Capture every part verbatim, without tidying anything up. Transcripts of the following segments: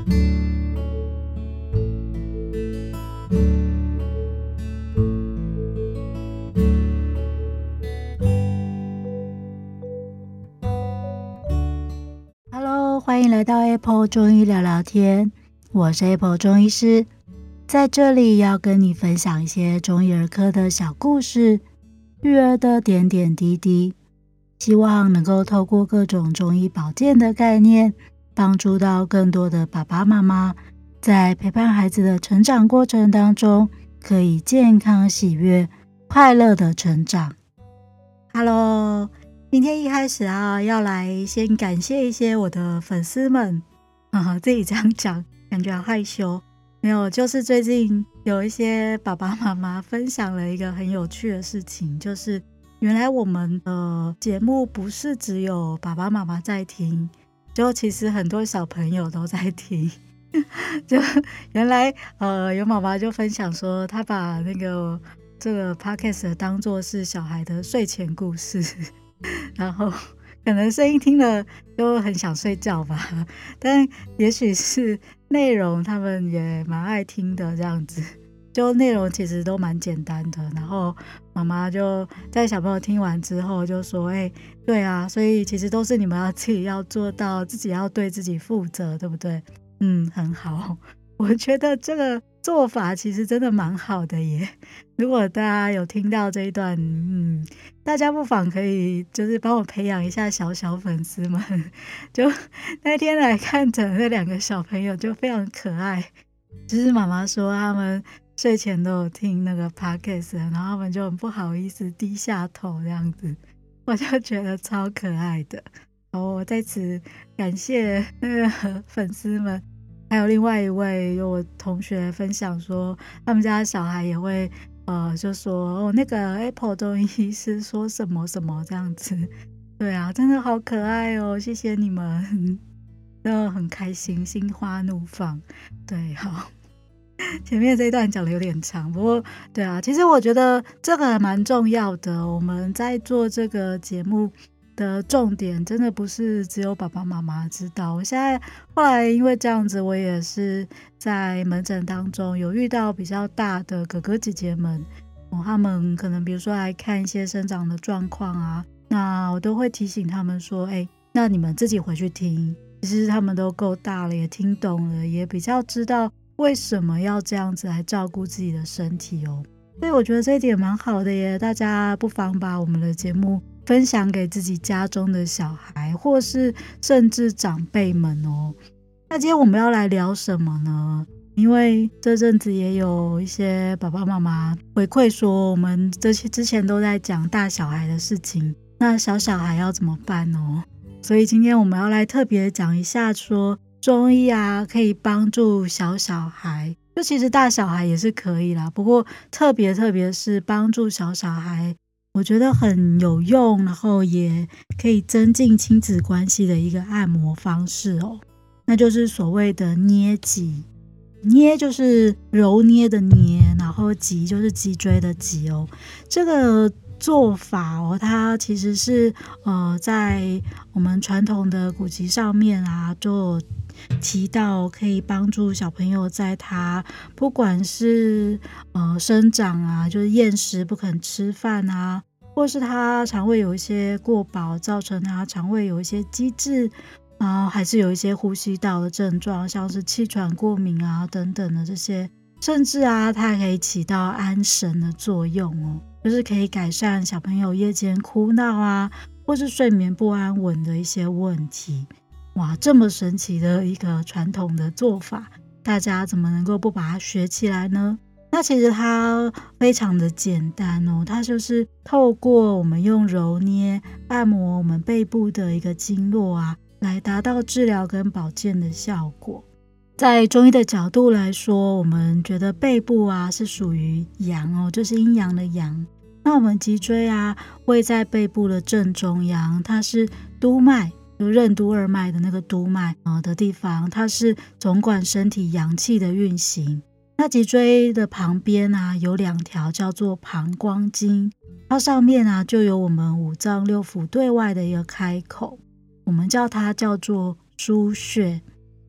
Hello， 欢迎来到 Apple 中医聊聊天，我是 Apple 中医师，在这里要跟你分享一些中医儿科的小故事，育儿的点点滴滴，希望能够透过各种中医保健的概念，帮助到更多的爸爸妈妈，在陪伴孩子的成长过程当中，可以健康、喜悦、快乐的成长。Hello， 今天一开始啊，要来先感谢一些我的粉丝们，呵呵，自己这样讲，感觉好害羞。没有，就是最近有一些爸爸妈妈分享了一个很有趣的事情，就是原来我们的节目不是只有爸爸妈妈在听，就其实很多小朋友都在听。就原来呃，有妈妈就分享说，她把那个这个 podcast 当作是小孩的睡前故事，然后可能声音听了就很想睡觉吧，但也许是内容他们也蛮爱听的这样子，就内容其实都蛮简单的，然后妈妈就在小朋友听完之后就说，哎、欸，对啊，所以其实都是你们要自己要做到，自己要对自己负责，对不对？嗯，很好，我觉得这个做法其实真的蛮好的耶。如果大家有听到这一段，嗯，大家不妨可以就是帮我培养一下小小粉丝们。就那天来看诊那两个小朋友就非常可爱，就是妈妈说他们睡前都有听那个 podcast， 然后他们就很不好意思低下头这样子，我就觉得超可爱的。然后我在此感谢那个粉丝们。还有另外一位有我同学分享说，他们家小孩也会呃就说哦，那个 Apple 中医师说什么什么这样子，对啊，真的好可爱哦，谢谢你们，真的很开心，心花怒放。对，好，前面这一段讲的有点长，不过对啊，其实我觉得这个蛮重要的，我们在做这个节目的重点真的不是只有爸爸妈妈知道。我现在后来因为这样子，我也是在门诊当中有遇到比较大的哥哥姐姐们，哦，他们可能比如说来看一些生长的状况啊，那我都会提醒他们说，哎，那你们自己回去听，其实他们都够大了，也听懂了，也比较知道为什么要这样子来照顾自己的身体哦。所以我觉得这一点蛮好的耶，大家不妨把我们的节目分享给自己家中的小孩，或是甚至长辈们哦。那今天我们要来聊什么呢？因为这阵子也有一些爸爸妈妈回馈说，我们这些之前都在讲大小孩的事情，那小小孩要怎么办哦？所以今天我们要来特别讲一下说，中医啊可以帮助小小孩，就其实大小孩也是可以啦，不过特别特别是帮助小小孩，我觉得很有用，然后也可以增进亲子关系的一个按摩方式哦，那就是所谓的捏脊。捏就是揉捏的捏，然后脊就是脊椎的脊哦。这个做法哦，它其实是呃在我们传统的古籍上面啊，就提到可以帮助小朋友在他不管是呃生长啊，就是厌食不肯吃饭啊，或是他肠胃有一些过饱，造成他肠胃有一些积滞。然后还是有一些呼吸道的症状，像是气喘、过敏啊等等的这些，甚至啊，它还可以起到安神的作用哦，就是可以改善小朋友夜间哭闹啊，或是睡眠不安稳的一些问题。哇，这么神奇的一个传统的做法，大家怎么能够不把它学起来呢？那其实它非常的简单哦，它就是透过我们用揉捏、按摩我们背部的一个经络啊，来达到治疗跟保健的效果。在中医的角度来说，我们觉得背部啊是属于阳哦，就是阴阳的阳。那我们脊椎啊位在背部的正中央，它是督脉，就任督二脉的那个督脉的地方，它是总管身体阳气的运行。那脊椎的旁边啊有两条叫做膀胱经，它上面啊就有我们五脏六腑对外的一个开口，我们叫它叫做腧穴。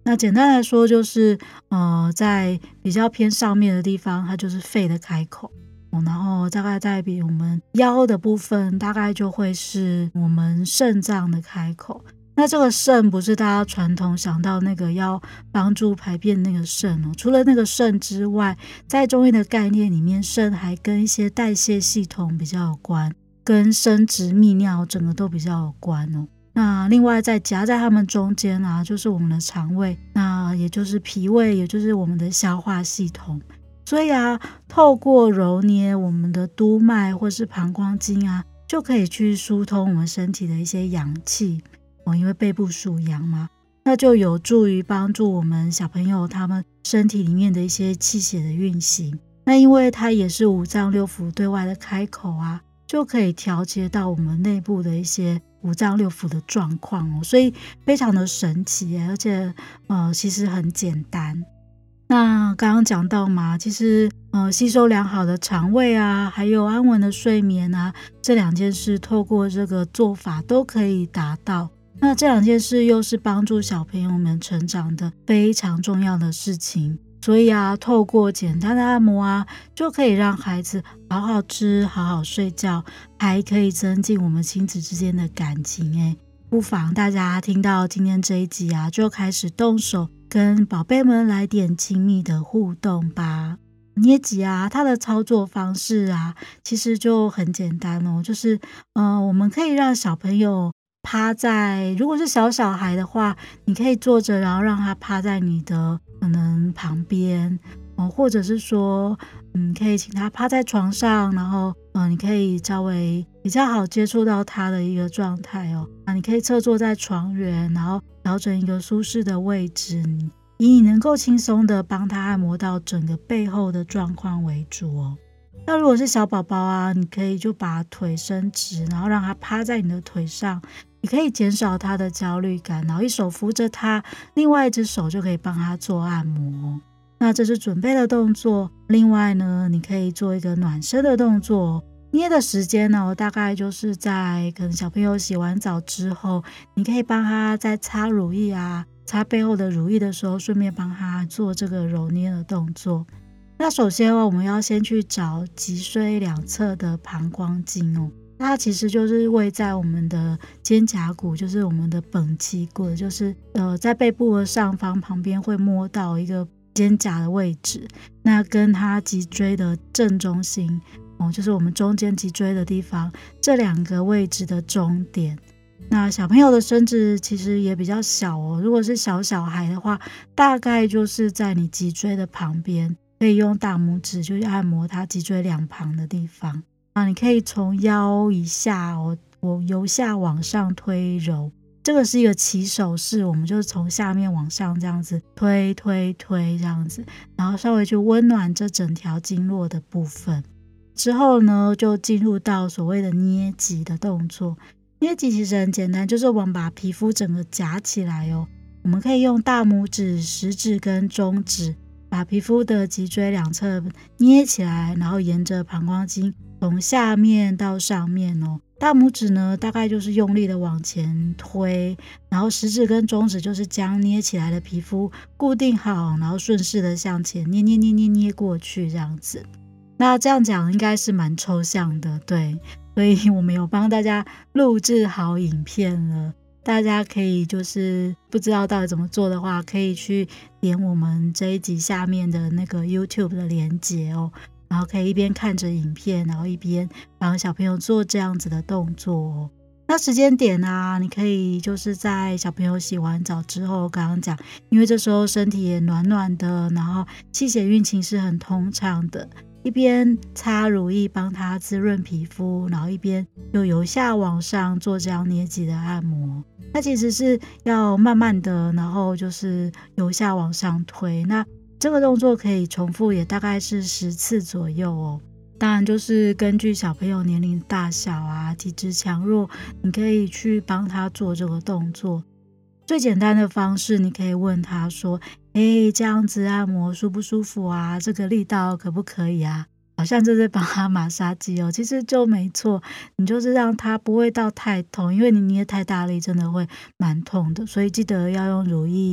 那简单来说就是，呃，在比较偏上面的地方，它就是肺的开口，哦，然后大概在比我们腰的部分，大概就会是我们肾脏的开口。那这个肾不是大家传统想到那个要帮助排便那个肾哦，除了那个肾之外，在中医的概念里面，肾还跟一些代谢系统比较有关，跟生殖泌尿整个都比较有关哦。那另外再夹在它们中间啊，就是我们的肠胃，那也就是脾胃，也就是我们的消化系统。所以啊，透过揉捏我们的督脉或是膀胱经啊，就可以去疏通我们身体的一些阳气哦，因为背部属阳嘛，那就有助于帮助我们小朋友他们身体里面的一些气血的运行。那因为它也是五脏六腑对外的开口啊，就可以调节到我们内部的一些五脏六腑的状况哦，所以非常的神奇耶，而且呃其实很简单。那刚刚讲到嘛，其实呃吸收良好的肠胃啊，还有安稳的睡眠啊，这两件事透过这个做法都可以达到。那这两件事又是帮助小朋友们成长的非常重要的事情。所以啊，透过简单的按摩啊，就可以让孩子好好吃、好好睡觉，还可以增进我们亲子之间的感情。诶，不妨大家听到今天这一集啊，就开始动手跟宝贝们来点亲密的互动吧。捏脊啊，它的操作方式啊，其实就很简单哦，就是呃，我们可以让小朋友趴在，如果是小小孩的话，你可以坐着，然后让他趴在你的可能旁边哦，或者是说，嗯，可以请他趴在床上，然后，嗯、呃，你可以稍微比较好接触到他的一个状态哦。啊，你可以侧坐在床缘，然后调整一个舒适的位置，以你能够轻松的帮他按摩到整个背后的状况为主哦。那如果是小宝宝啊，你可以就把腿伸直，然后让他趴在你的腿上，你可以减少他的焦虑感，然后一手扶着他，另外一只手就可以帮他做按摩。那这是准备的动作。另外呢，你可以做一个暖身的动作。捏的时间呢，大概就是在可能小朋友洗完澡之后，你可以帮他在擦乳液啊，擦背后的乳液的时候，顺便帮他做这个揉捏的动作。那首先我们要先去找脊椎两侧的膀胱经哦，它其实就是位在我们的肩胛骨，就是我们的本脊骨，就是呃在背部的上方旁边会摸到一个肩胛的位置，那跟它脊椎的正中心哦，就是我们中间脊椎的地方，这两个位置的中点。那小朋友的身子其实也比较小哦，如果是小小孩的话，大概就是在你脊椎的旁边。可以用大拇指就按摩它脊椎两旁的地方啊，你可以从腰以下哦，我由下往上推揉，这个是一个起手式，我们就是从下面往上这样子推推推这样子，然后稍微去温暖这整条经络的部分。之后呢，就进入到所谓的捏脊的动作。捏脊其实很简单，就是我们把皮肤整个夹起来哦，我们可以用大拇指、食指跟中指把皮肤的脊椎两侧捏起来，然后沿着膀胱经从下面到上面哦。大拇指呢，大概就是用力的往前推，然后食指跟中指就是将捏起来的皮肤固定好，然后顺势的向前捏捏捏捏捏过去这样子。那这样讲应该是蛮抽象的，对，所以我们有帮大家录制好影片了。大家可以就是不知道到底怎么做的话，可以去点我们这一集下面的那个 YouTube 的连结哦，然后可以一边看着影片，然后一边帮小朋友做这样子的动作哦。那时间点啊，你可以就是在小朋友洗完澡之后，刚刚讲，因为这时候身体也暖暖的，然后气血运行是很通畅的，一边擦乳液帮他滋润皮肤，然后一边又由下往上做这样捏脊的按摩。那其实是要慢慢的，然后就是由下往上推。那这个动作可以重复，也大概是十次左右哦。当然就是根据小朋友年龄大小啊，体质强弱，你可以去帮他做这个动作。最简单的方式，你可以问他说：诶，这样子按摩舒不舒服啊？这个力道可不可以啊？好像就是帮他马杀鸡哦，其实就没错，你就是让他不会到太痛，因为你捏太大力真的会蛮痛的，所以记得要用乳液，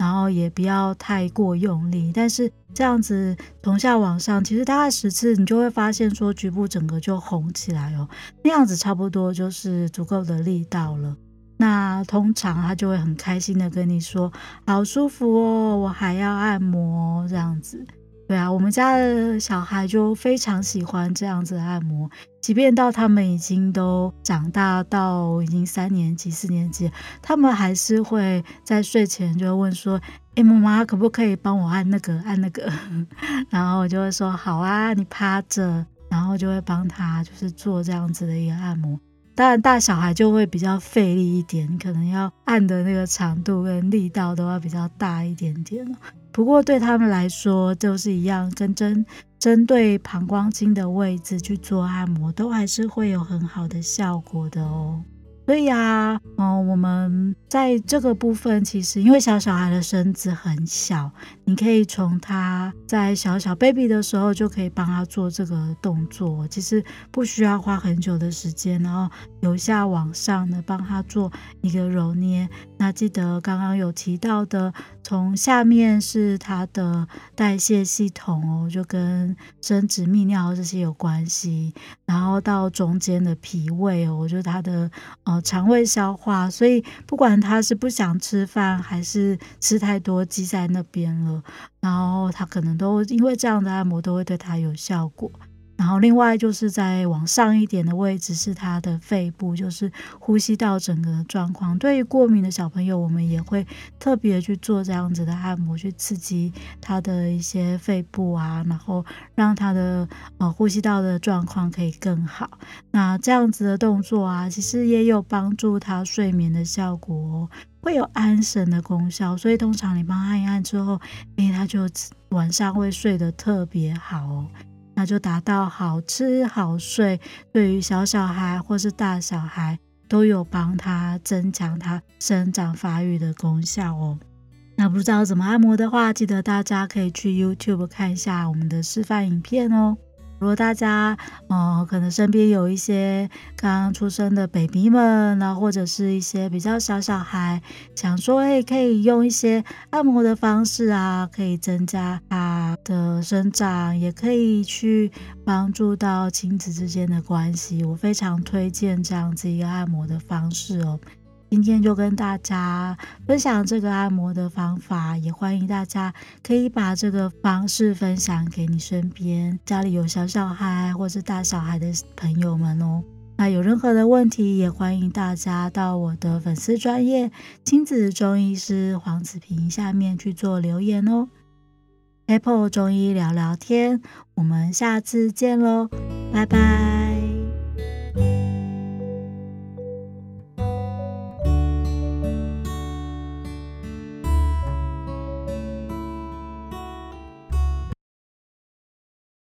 然后也不要太过用力，但是这样子从下往上，其实大概十次你就会发现说局部整个就红起来哦，那样子差不多就是足够的力道了。那通常他就会很开心的跟你说好舒服哦，我还要按摩这样子。对啊，我们家的小孩就非常喜欢这样子的按摩，即便到他们已经都长大到已经三年级四年级，他们还是会在睡前就会问说诶妈妈可不可以帮我按那个按那个然后我就会说好啊，你趴着，然后就会帮他就是做这样子的一个按摩。当然大小孩就会比较费力一点，你可能要按的那个长度跟力道都要比较大一点点，不过对他们来说就是一样，跟针针对膀胱经的位置去做按摩都还是会有很好的效果的哦。所以啊，嗯，我们在这个部分其实因为小小孩的身子很小，你可以从他在小小 baby 的时候就可以帮他做这个动作，其实不需要花很久的时间，然后由下往上的帮他做一个揉捏。那记得刚刚有提到的，从下面是他的代谢系统哦，就跟生殖泌尿这些有关系，然后到中间的脾胃哦，就是他的呃肠胃消化，所以不管他是不想吃饭还是吃太多积在那边了，然后他可能都因为这样的按摩都会对他有效果。然后另外就是在往上一点的位置是他的肺部，就是呼吸道整个状况。对于过敏的小朋友，我们也会特别去做这样子的按摩，去刺激他的一些肺部啊，然后让他的呃呼吸道的状况可以更好。那这样子的动作啊，其实也有帮助他睡眠的效果哦，会有安神的功效。所以通常你帮他按一按之后，诶，他就晚上会睡得特别好哦。那就达到好吃好睡，对于小小孩或是大小孩都有帮他增强他生长发育的功效哦。那不知道怎么按摩的话，记得大家可以去 YouTube 看一下我们的示范影片哦。如果大家呃可能身边有一些刚出生的 baby 们，然后或者是一些比较小小孩，想说诶可以用一些按摩的方式啊，可以增加他的生长，也可以去帮助到亲子之间的关系，我非常推荐这样子一个按摩的方式哦。今天就跟大家分享这个按摩的方法，也欢迎大家可以把这个方式分享给你身边家里有小小孩或是大小孩的朋友们哦。那有任何的问题，也欢迎大家到我的粉丝专页亲子中医师黄子平下面去做留言哦。Apple 中医聊聊天，我们下次见咯，拜拜。